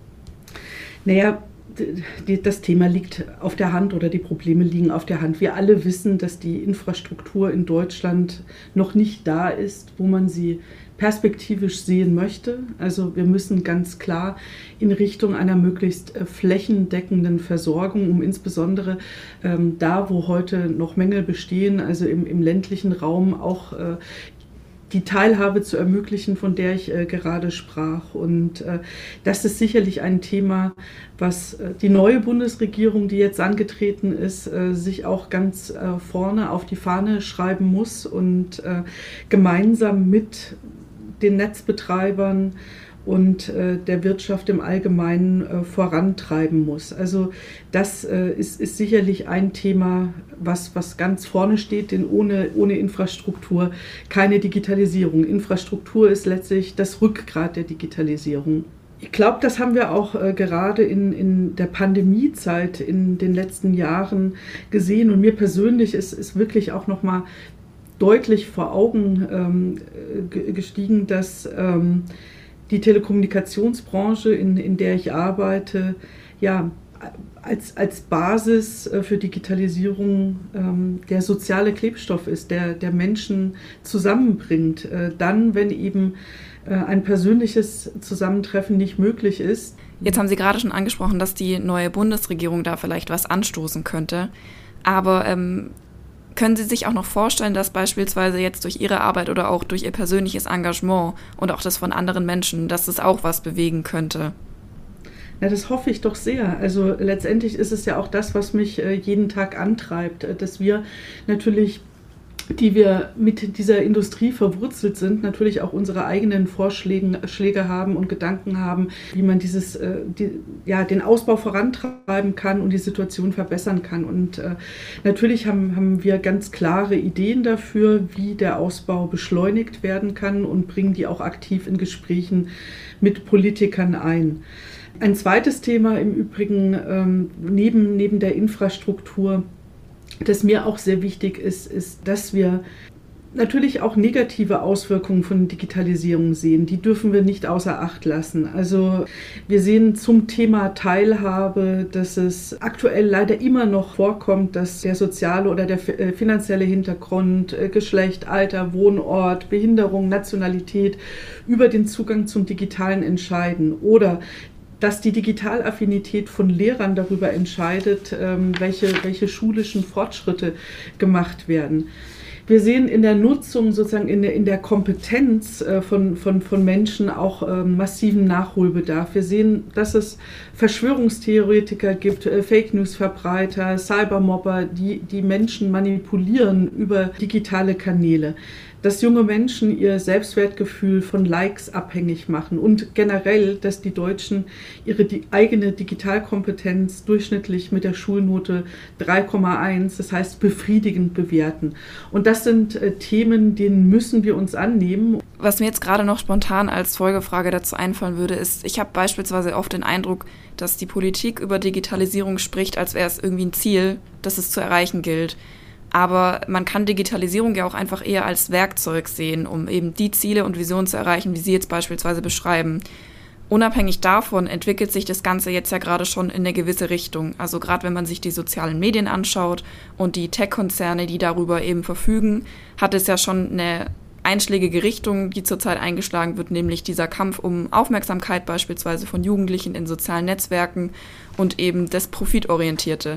Naja, das Thema liegt auf der Hand oder die Probleme liegen auf der Hand. Wir alle wissen, dass die Infrastruktur in Deutschland noch nicht da ist, wo man sie perspektivisch sehen möchte. Also wir müssen ganz klar in Richtung einer möglichst flächendeckenden Versorgung, um insbesondere ähm, da, wo heute noch Mängel bestehen, also im, im ländlichen Raum auch äh, die Teilhabe zu ermöglichen, von der ich äh, gerade sprach. Und äh, das ist sicherlich ein Thema, was äh, die neue Bundesregierung, die jetzt angetreten ist, äh, sich auch ganz äh, vorne auf die Fahne schreiben muss und äh, gemeinsam mit den Netzbetreibern und äh, der Wirtschaft im Allgemeinen äh, vorantreiben muss. Also das äh, ist, ist sicherlich ein Thema, was, was ganz vorne steht, denn ohne, ohne Infrastruktur keine Digitalisierung. Infrastruktur ist letztlich das Rückgrat der Digitalisierung. Ich glaube, das haben wir auch äh, gerade in, in der Pandemiezeit in den letzten Jahren gesehen. Und mir persönlich ist, ist wirklich auch noch mal deutlich vor Augen ähm, gestiegen, dass ähm, die Telekommunikationsbranche, in, in der ich arbeite, ja, als, als Basis für Digitalisierung ähm, der soziale Klebstoff ist, der, der Menschen zusammenbringt. Äh, dann, wenn eben äh, ein persönliches Zusammentreffen nicht möglich ist. Jetzt haben Sie gerade schon angesprochen, dass die neue Bundesregierung da vielleicht was anstoßen könnte. Aber ähm, können Sie sich auch noch vorstellen, dass beispielsweise jetzt durch Ihre Arbeit oder auch durch Ihr persönliches Engagement und auch das von anderen Menschen, dass das auch was bewegen könnte? Ja, das hoffe ich doch sehr. Also letztendlich ist es ja auch das, was mich äh, jeden Tag antreibt, äh, dass wir natürlich, die wir mit dieser Industrie verwurzelt sind, natürlich auch unsere eigenen Vorschläge Schläge haben und Gedanken haben, wie man dieses, äh, die, ja, den Ausbau vorantreiben kann und die Situation verbessern kann. Und äh, natürlich haben, haben wir ganz klare Ideen dafür, wie der Ausbau beschleunigt werden kann und bringen die auch aktiv in Gesprächen mit Politikern ein. Ein zweites Thema im Übrigen ähm, neben, neben der Infrastruktur, das mir auch sehr wichtig ist, ist, dass wir natürlich auch negative Auswirkungen von Digitalisierung sehen. Die dürfen wir nicht außer Acht lassen. Also wir sehen zum Thema Teilhabe, dass es aktuell leider immer noch vorkommt, dass der soziale oder der finanzielle Hintergrund, Geschlecht, Alter, Wohnort, Behinderung, Nationalität über den Zugang zum Digitalen entscheiden. Oder dass die Digitalaffinität von Lehrern darüber entscheidet, welche, welche schulischen Fortschritte gemacht werden. Wir sehen in der Nutzung, sozusagen in der, in der Kompetenz von, von, von Menschen auch massiven Nachholbedarf. Wir sehen, dass es Verschwörungstheoretiker gibt, Fake-News-Verbreiter, Cybermobber, die, die Menschen manipulieren über digitale Kanäle. Dass junge Menschen ihr Selbstwertgefühl von Likes abhängig machen und generell, dass die Deutschen ihre die eigene Digitalkompetenz durchschnittlich mit der Schulnote drei Komma eins, das heißt befriedigend bewerten. Und das sind äh, Themen, denen müssen wir uns annehmen. Was mir jetzt gerade noch spontan als Folgefrage dazu einfallen würde, ist, ich habe beispielsweise oft den Eindruck, dass die Politik über Digitalisierung spricht, als wäre es irgendwie ein Ziel, das es zu erreichen gilt. Aber man kann Digitalisierung ja auch einfach eher als Werkzeug sehen, um eben die Ziele und Visionen zu erreichen, wie Sie jetzt beispielsweise beschreiben. Unabhängig davon entwickelt sich das Ganze jetzt ja gerade schon in eine gewisse Richtung. Also gerade wenn man sich die sozialen Medien anschaut und die Tech-Konzerne, die darüber eben verfügen, hat es ja schon eine einschlägige Richtung, die zurzeit eingeschlagen wird, nämlich dieser Kampf um Aufmerksamkeit beispielsweise von Jugendlichen in sozialen Netzwerken und eben das Profitorientierte.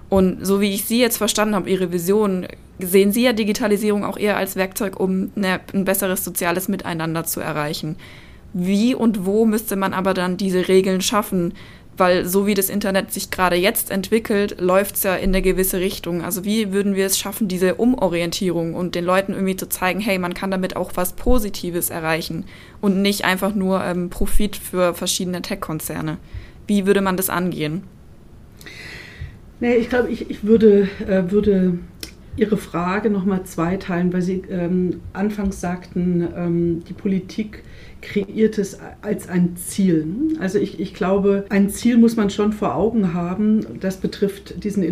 Und so wie ich Sie jetzt verstanden habe, Ihre Vision, sehen Sie ja Digitalisierung auch eher als Werkzeug, um eine, ein besseres soziales Miteinander zu erreichen. Wie und wo müsste man aber dann diese Regeln schaffen? Weil so wie das Internet sich gerade jetzt entwickelt, läuft es ja in eine gewisse Richtung. Also wie würden wir es schaffen, diese Umorientierung und den Leuten irgendwie zu zeigen, hey, man kann damit auch was Positives erreichen und nicht einfach nur ähm, Profit für verschiedene Tech-Konzerne. Wie würde man das angehen? Nee, ich glaube, ich, ich würde, äh, würde Ihre Frage nochmal zweiteilen, weil Sie ähm, anfangs sagten, ähm, die Politik kreiert es als ein Ziel. Also ich, ich glaube, ein Ziel muss man schon vor Augen haben, das betrifft diesen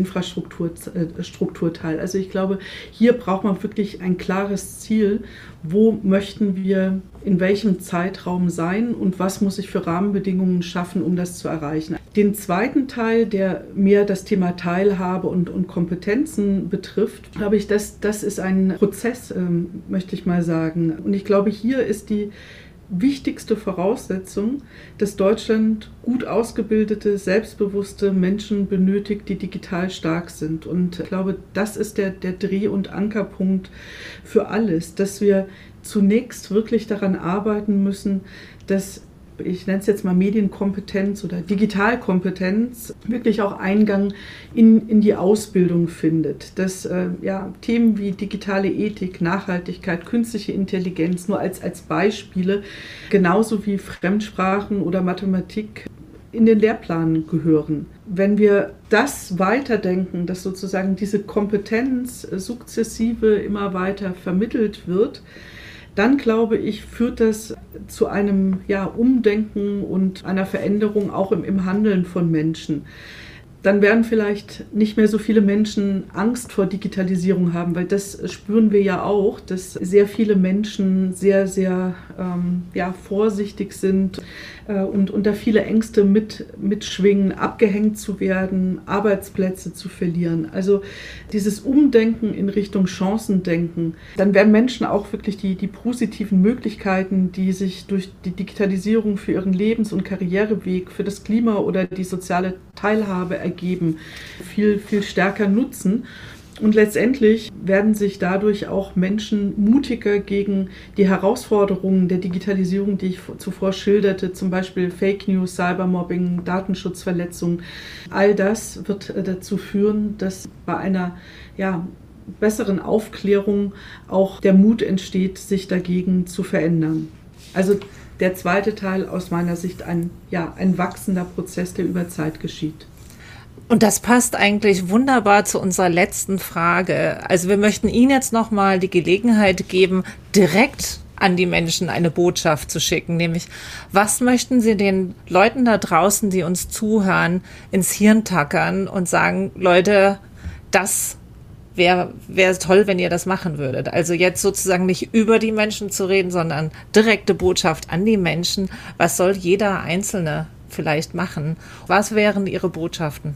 Infrastrukturteil. Also ich glaube, hier braucht man wirklich ein klares Ziel, wo möchten wir in welchem Zeitraum sein und was muss ich für Rahmenbedingungen schaffen, um das zu erreichen. Den zweiten Teil, der mehr das Thema Teilhabe und, und Kompetenzen betrifft, glaube ich, das, das ist ein Prozess, ähm, möchte ich mal sagen. Und ich glaube, hier ist die wichtigste Voraussetzung, dass Deutschland gut ausgebildete, selbstbewusste Menschen benötigt, die digital stark sind. Und ich glaube, das ist der, der Dreh- und Ankerpunkt für alles, dass wir zunächst wirklich daran arbeiten müssen, dass, ich nenne es jetzt mal Medienkompetenz oder Digitalkompetenz, wirklich auch Eingang in, in die Ausbildung findet. Dass äh, ja, Themen wie digitale Ethik, Nachhaltigkeit, künstliche Intelligenz nur als, als Beispiele, genauso wie Fremdsprachen oder Mathematik, in den Lehrplan gehören. Wenn wir das weiterdenken, dass sozusagen diese Kompetenz sukzessive immer weiter vermittelt wird, dann glaube ich, führt das zu einem ja, Umdenken und einer Veränderung auch im, im Handeln von Menschen. Dann werden vielleicht nicht mehr so viele Menschen Angst vor Digitalisierung haben, weil das spüren wir ja auch, dass sehr viele Menschen sehr, sehr ähm, ja, vorsichtig sind äh, und, und da viele Ängste mit, mitschwingen, abgehängt zu werden, Arbeitsplätze zu verlieren. Also dieses Umdenken in Richtung Chancendenken, dann werden Menschen auch wirklich die, die positiven Möglichkeiten, die sich durch die Digitalisierung für ihren Lebens- und Karriereweg, für das Klima oder die soziale Teilhabe ergeben, viel, viel stärker nutzen. Und letztendlich werden sich dadurch auch Menschen mutiger gegen die Herausforderungen der Digitalisierung, die ich zuvor schilderte, zum Beispiel Fake News, Cybermobbing, Datenschutzverletzungen. All das wird dazu führen, dass bei einer ja, besseren Aufklärung auch der Mut entsteht, sich dagegen zu verändern. Also der zweite Teil aus meiner Sicht ein, ja, ein wachsender Prozess, der über Zeit geschieht. Und das passt eigentlich wunderbar zu unserer letzten Frage. Also wir möchten Ihnen jetzt nochmal die Gelegenheit geben, direkt an die Menschen eine Botschaft zu schicken, nämlich was möchten Sie den Leuten da draußen, die uns zuhören, ins Hirn tackern und sagen, Leute, das wäre wäre toll, wenn ihr das machen würdet. Also jetzt sozusagen nicht über die Menschen zu reden, sondern direkte Botschaft an die Menschen. Was soll jeder Einzelne vielleicht machen? Was wären Ihre Botschaften?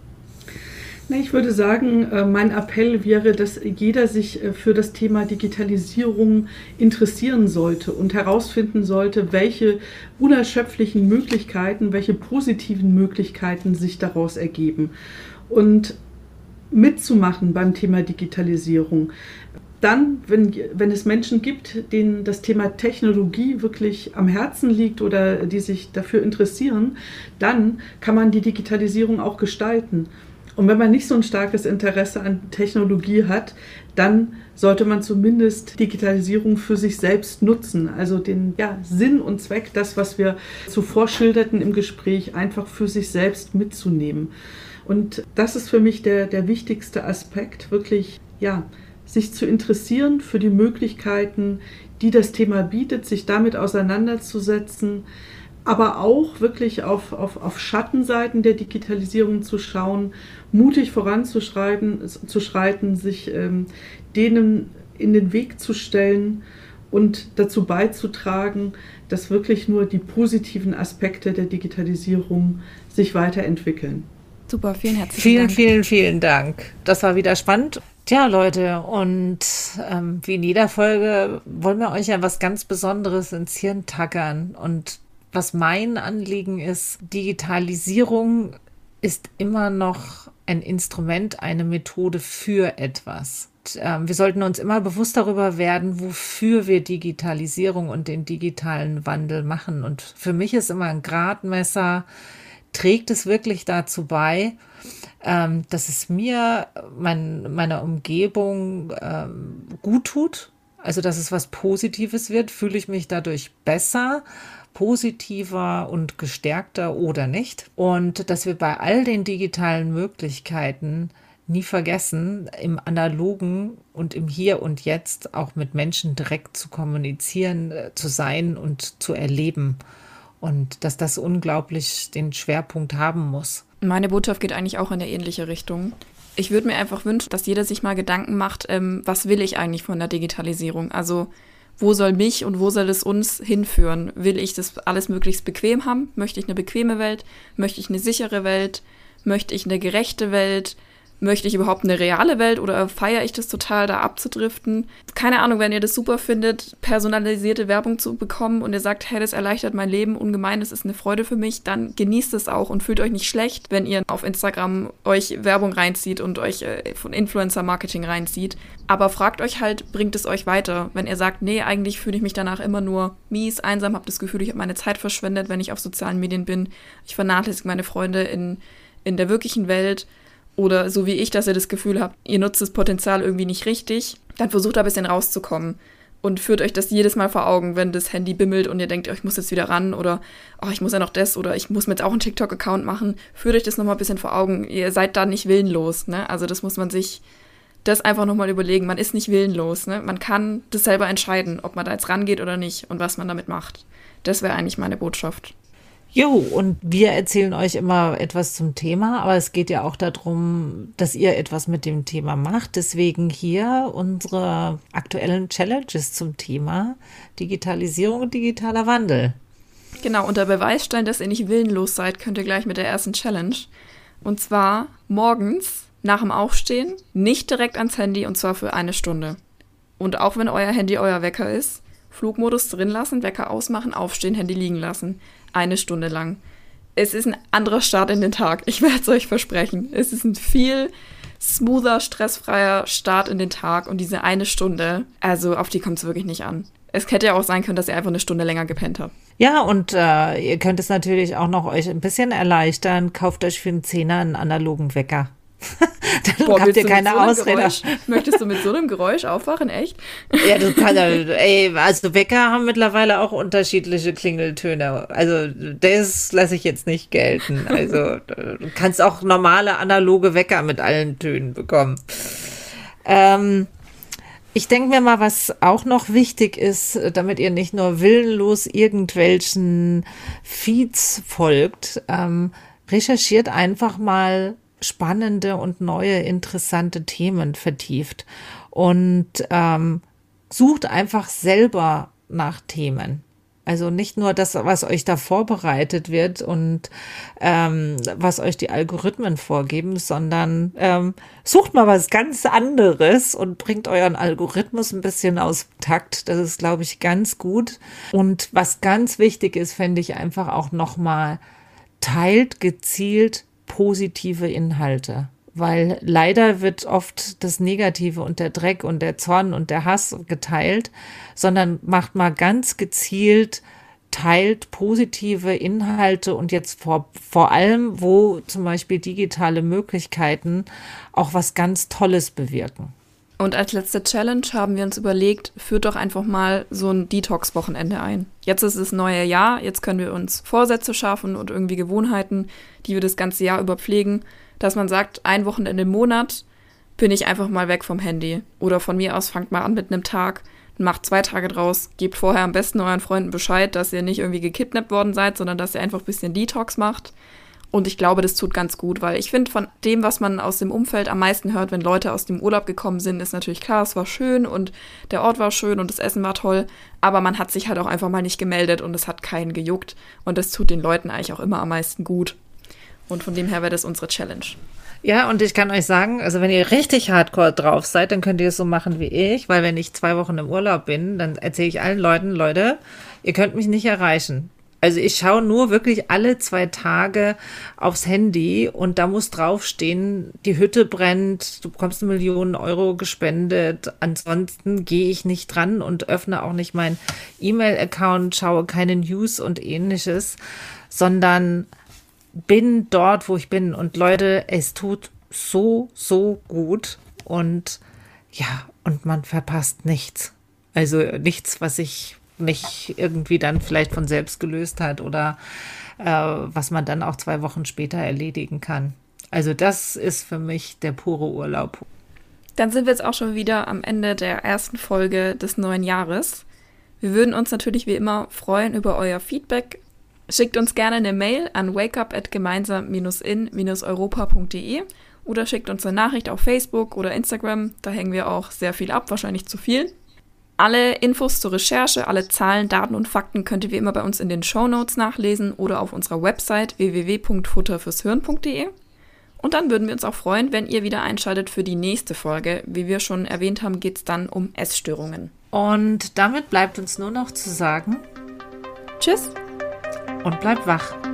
Ich würde sagen, mein Appell wäre, dass jeder sich für das Thema Digitalisierung interessieren sollte und herausfinden sollte, welche unerschöpflichen Möglichkeiten, welche positiven Möglichkeiten sich daraus ergeben. Und mitzumachen beim Thema Digitalisierung. Dann, wenn, wenn es Menschen gibt, denen das Thema Technologie wirklich am Herzen liegt oder die sich dafür interessieren, dann kann man die Digitalisierung auch gestalten. Und wenn man nicht so ein starkes Interesse an Technologie hat, dann sollte man zumindest Digitalisierung für sich selbst nutzen. Also den ja, Sinn und Zweck, das, was wir zuvor schilderten im Gespräch, einfach für sich selbst mitzunehmen. Und das ist für mich der, der wichtigste Aspekt, wirklich ja, sich zu interessieren für die Möglichkeiten, die das Thema bietet, sich damit auseinanderzusetzen, aber auch wirklich auf, auf, auf Schattenseiten der Digitalisierung zu schauen, mutig voranzuschreiten, zu schreiten, sich ähm, denen in den Weg zu stellen und dazu beizutragen, dass wirklich nur die positiven Aspekte der Digitalisierung sich weiterentwickeln. Super, vielen herzlichen vielen, Dank. Vielen, vielen, vielen Dank. Das war wieder spannend. Tja, Leute, und ähm, wie in jeder Folge wollen wir euch ja was ganz Besonderes ins Hirn tackern. Und was mein Anliegen ist, Digitalisierung ist immer noch ein Instrument, eine Methode für etwas. Und, ähm, wir sollten uns immer bewusst darüber werden, wofür wir Digitalisierung und den digitalen Wandel machen. Und für mich ist immer ein Gradmesser, trägt es wirklich dazu bei, ähm, dass es mir, mein, meiner Umgebung ähm, gut tut, also dass es was Positives wird, fühle ich mich dadurch besser, positiver und gestärkter oder nicht. Und dass wir bei all den digitalen Möglichkeiten nie vergessen, im Analogen und im Hier und Jetzt auch mit Menschen direkt zu kommunizieren, äh, zu sein und zu erleben. Und dass das unglaublich den Schwerpunkt haben muss. Meine Botschaft geht eigentlich auch in eine ähnliche Richtung. Ich würde mir einfach wünschen, dass jeder sich mal Gedanken macht, ähm, was will ich eigentlich von der Digitalisierung? Also wo soll mich und wo soll es uns hinführen? Will ich das alles möglichst bequem haben? Möchte ich eine bequeme Welt? Möchte ich eine sichere Welt? Möchte ich eine gerechte Welt? Möchte ich überhaupt eine reale Welt oder feiere ich das total, da abzudriften? Keine Ahnung, wenn ihr das super findet, personalisierte Werbung zu bekommen und ihr sagt, hey, das erleichtert mein Leben ungemein, das ist eine Freude für mich, dann genießt es auch und fühlt euch nicht schlecht, wenn ihr auf Instagram euch Werbung reinzieht und euch äh, von Influencer-Marketing reinzieht. Aber fragt euch halt, bringt es euch weiter? Wenn ihr sagt, nee, eigentlich fühle ich mich danach immer nur mies, einsam, habe das Gefühl, ich habe meine Zeit verschwendet, wenn ich auf sozialen Medien bin, ich vernachlässige meine Freunde in, in der wirklichen Welt, oder so wie ich, dass ihr das Gefühl habt, ihr nutzt das Potenzial irgendwie nicht richtig, dann versucht da ein bisschen rauszukommen und führt euch das jedes Mal vor Augen, wenn das Handy bimmelt und ihr denkt, oh, ich muss jetzt wieder ran oder oh, ich muss ja noch das oder ich muss mir jetzt auch einen TikTok-Account machen. Führt euch das nochmal ein bisschen vor Augen. Ihr seid da nicht willenlos, ne? Also das muss man sich, das einfach nochmal überlegen. Man ist nicht willenlos, ne? Man kann das selber entscheiden, ob man da jetzt rangeht oder nicht und was man damit macht. Das wäre eigentlich meine Botschaft. Jo, und wir erzählen euch immer etwas zum Thema, aber es geht ja auch darum, dass ihr etwas mit dem Thema macht. Deswegen hier unsere aktuellen Challenges zum Thema Digitalisierung und digitaler Wandel. Genau, unter Beweis stellen, dass ihr nicht willenlos seid, könnt ihr gleich mit der ersten Challenge. Und zwar morgens nach dem Aufstehen nicht direkt ans Handy und zwar für eine Stunde. Und auch wenn euer Handy euer Wecker ist, Flugmodus drin lassen, Wecker ausmachen, aufstehen, Handy liegen lassen. Eine Stunde lang. Es ist ein anderer Start in den Tag. Ich werde es euch versprechen. Es ist ein viel smoother, stressfreier Start in den Tag. Und diese eine Stunde, also auf die kommt es wirklich nicht an. Es hätte ja auch sein können, dass ihr einfach eine Stunde länger gepennt habt. Ja, und äh, ihr könnt es natürlich auch noch euch ein bisschen erleichtern. Kauft euch für einen Zehner einen analogen Wecker. Dann Boah, habt ihr keine so Ausrede. Geräusch, möchtest du mit so einem Geräusch aufwachen, echt? Ja, du kannst, ey, also Wecker haben mittlerweile auch unterschiedliche Klingeltöne. Also das lasse ich jetzt nicht gelten. Also du kannst auch normale analoge Wecker mit allen Tönen bekommen. Ähm, ich denke mir mal, was auch noch wichtig ist, damit ihr nicht nur willenlos irgendwelchen Feeds folgt, ähm, recherchiert einfach mal spannende und neue, interessante Themen vertieft und ähm, sucht einfach selber nach Themen. Also nicht nur das, was euch da vorbereitet wird und ähm, was euch die Algorithmen vorgeben, sondern ähm, sucht mal was ganz anderes und bringt euren Algorithmus ein bisschen aus dem Takt. Das ist, glaube ich, ganz gut. Und was ganz wichtig ist, fände ich einfach auch nochmal, teilt gezielt positive Inhalte, weil leider wird oft das Negative und der Dreck und der Zorn und der Hass geteilt, sondern macht mal ganz gezielt, teilt positive Inhalte und jetzt vor, vor allem, wo zum Beispiel digitale Möglichkeiten auch was ganz Tolles bewirken. Und als letzte Challenge haben wir uns überlegt, führt doch einfach mal so ein Detox-Wochenende ein. Jetzt ist das neue Jahr, jetzt können wir uns Vorsätze schaffen und irgendwie Gewohnheiten, die wir das ganze Jahr über pflegen, dass man sagt, ein Wochenende im Monat bin ich einfach mal weg vom Handy. Oder von mir aus fangt mal an mit einem Tag, macht zwei Tage draus, gebt vorher am besten euren Freunden Bescheid, dass ihr nicht irgendwie gekidnappt worden seid, sondern dass ihr einfach ein bisschen Detox macht. Und ich glaube, das tut ganz gut, weil ich finde, von dem, was man aus dem Umfeld am meisten hört, wenn Leute aus dem Urlaub gekommen sind, ist natürlich klar, es war schön und der Ort war schön und das Essen war toll, aber man hat sich halt auch einfach mal nicht gemeldet und es hat keinen gejuckt und das tut den Leuten eigentlich auch immer am meisten gut. Und von dem her wäre das unsere Challenge. Ja, und ich kann euch sagen, also wenn ihr richtig hardcore drauf seid, dann könnt ihr es so machen wie ich, weil wenn ich zwei Wochen im Urlaub bin, dann erzähle ich allen Leuten, Leute, ihr könnt mich nicht erreichen. Also ich schaue nur wirklich alle zwei Tage aufs Handy und da muss draufstehen, die Hütte brennt, du bekommst eine Million Euro gespendet, ansonsten gehe ich nicht dran und öffne auch nicht meinen E-Mail-Account, schaue keine News und ähnliches, sondern bin dort, wo ich bin. Und Leute, es tut so, so gut und ja, und man verpasst nichts. Also nichts, was ich nicht irgendwie dann vielleicht von selbst gelöst hat oder äh, was man dann auch zwei Wochen später erledigen kann. Also das ist für mich der pure Urlaub. Dann sind wir jetzt auch schon wieder am Ende der ersten Folge des neuen Jahres. Wir würden uns natürlich wie immer freuen über euer Feedback. Schickt uns gerne eine Mail an wakeup at gemeinsam in europa punkt de oder schickt uns eine Nachricht auf Facebook oder Instagram. Da hängen wir auch sehr viel ab, wahrscheinlich zu viel. Alle Infos zur Recherche, alle Zahlen, Daten und Fakten könnt ihr wie immer bei uns in den Shownotes nachlesen oder auf unserer Website w w w punkt futter fürs hirn punkt de. Und dann würden wir uns auch freuen, wenn ihr wieder einschaltet für die nächste Folge. Wie wir schon erwähnt haben, geht es dann um Essstörungen. Und damit bleibt uns nur noch zu sagen: Tschüss und bleibt wach.